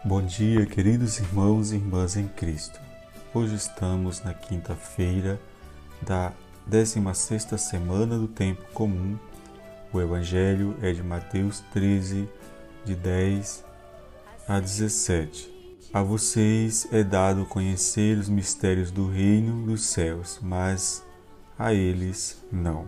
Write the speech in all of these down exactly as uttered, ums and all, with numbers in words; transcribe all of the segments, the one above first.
Bom dia, queridos irmãos e irmãs em Cristo. Hoje estamos na quinta-feira da décima sexta semana do Tempo Comum. O Evangelho é de Mateus treze, de dez a dezessete. A vocês é dado conhecer os mistérios do reino dos céus, mas a eles não.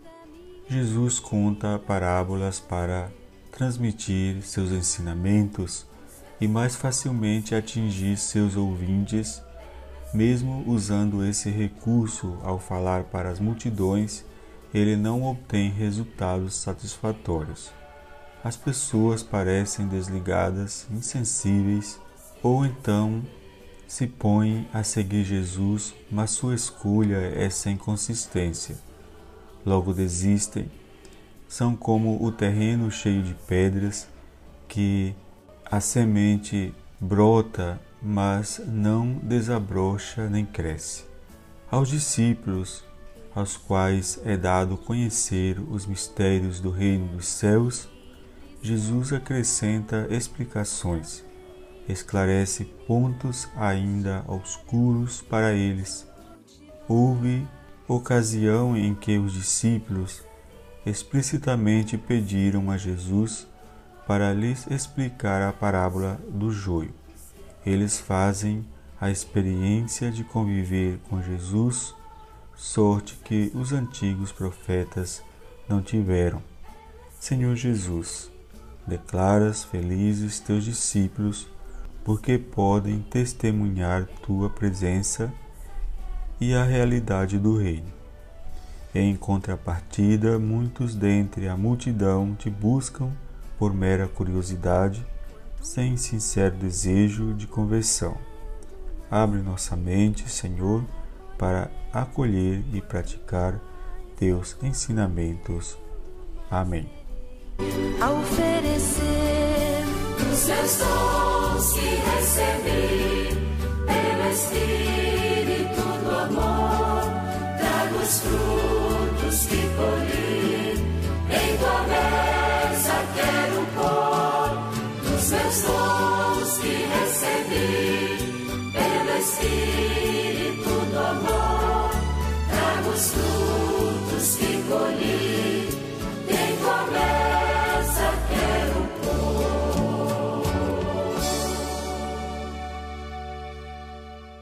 Jesus conta parábolas para transmitir seus ensinamentos e mais facilmente atingir seus ouvintes, mesmo usando esse recurso ao falar para as multidões, ele não obtém resultados satisfatórios. As pessoas parecem desligadas, insensíveis, ou então se põem a seguir Jesus, mas sua escolha é sem consistência. Logo desistem. São como o terreno cheio de pedras que a semente brota, mas não desabrocha nem cresce. Aos discípulos, aos quais é dado conhecer os mistérios do reino dos céus, Jesus acrescenta explicações, esclarece pontos ainda obscuros para eles. Houve ocasião em que os discípulos explicitamente pediram a Jesus para lhes explicar a parábola do joio. Eles fazem a experiência de conviver com Jesus, sorte que os antigos profetas não tiveram. Senhor Jesus, declaras felizes teus discípulos, porque podem testemunhar tua presença e a realidade do reino. Em contrapartida, muitos dentre a multidão te buscam por mera curiosidade, sem sincero desejo de conversão. Abre nossa mente, Senhor, para acolher e praticar teus ensinamentos. Amém. A oferecer os seus dons que recebi pelo Espírito do amor, trago os frutos que colhi em tua mesa, quero pôr dos meus dons que recebi pelo Espírito do amor, trago os frutos que colhi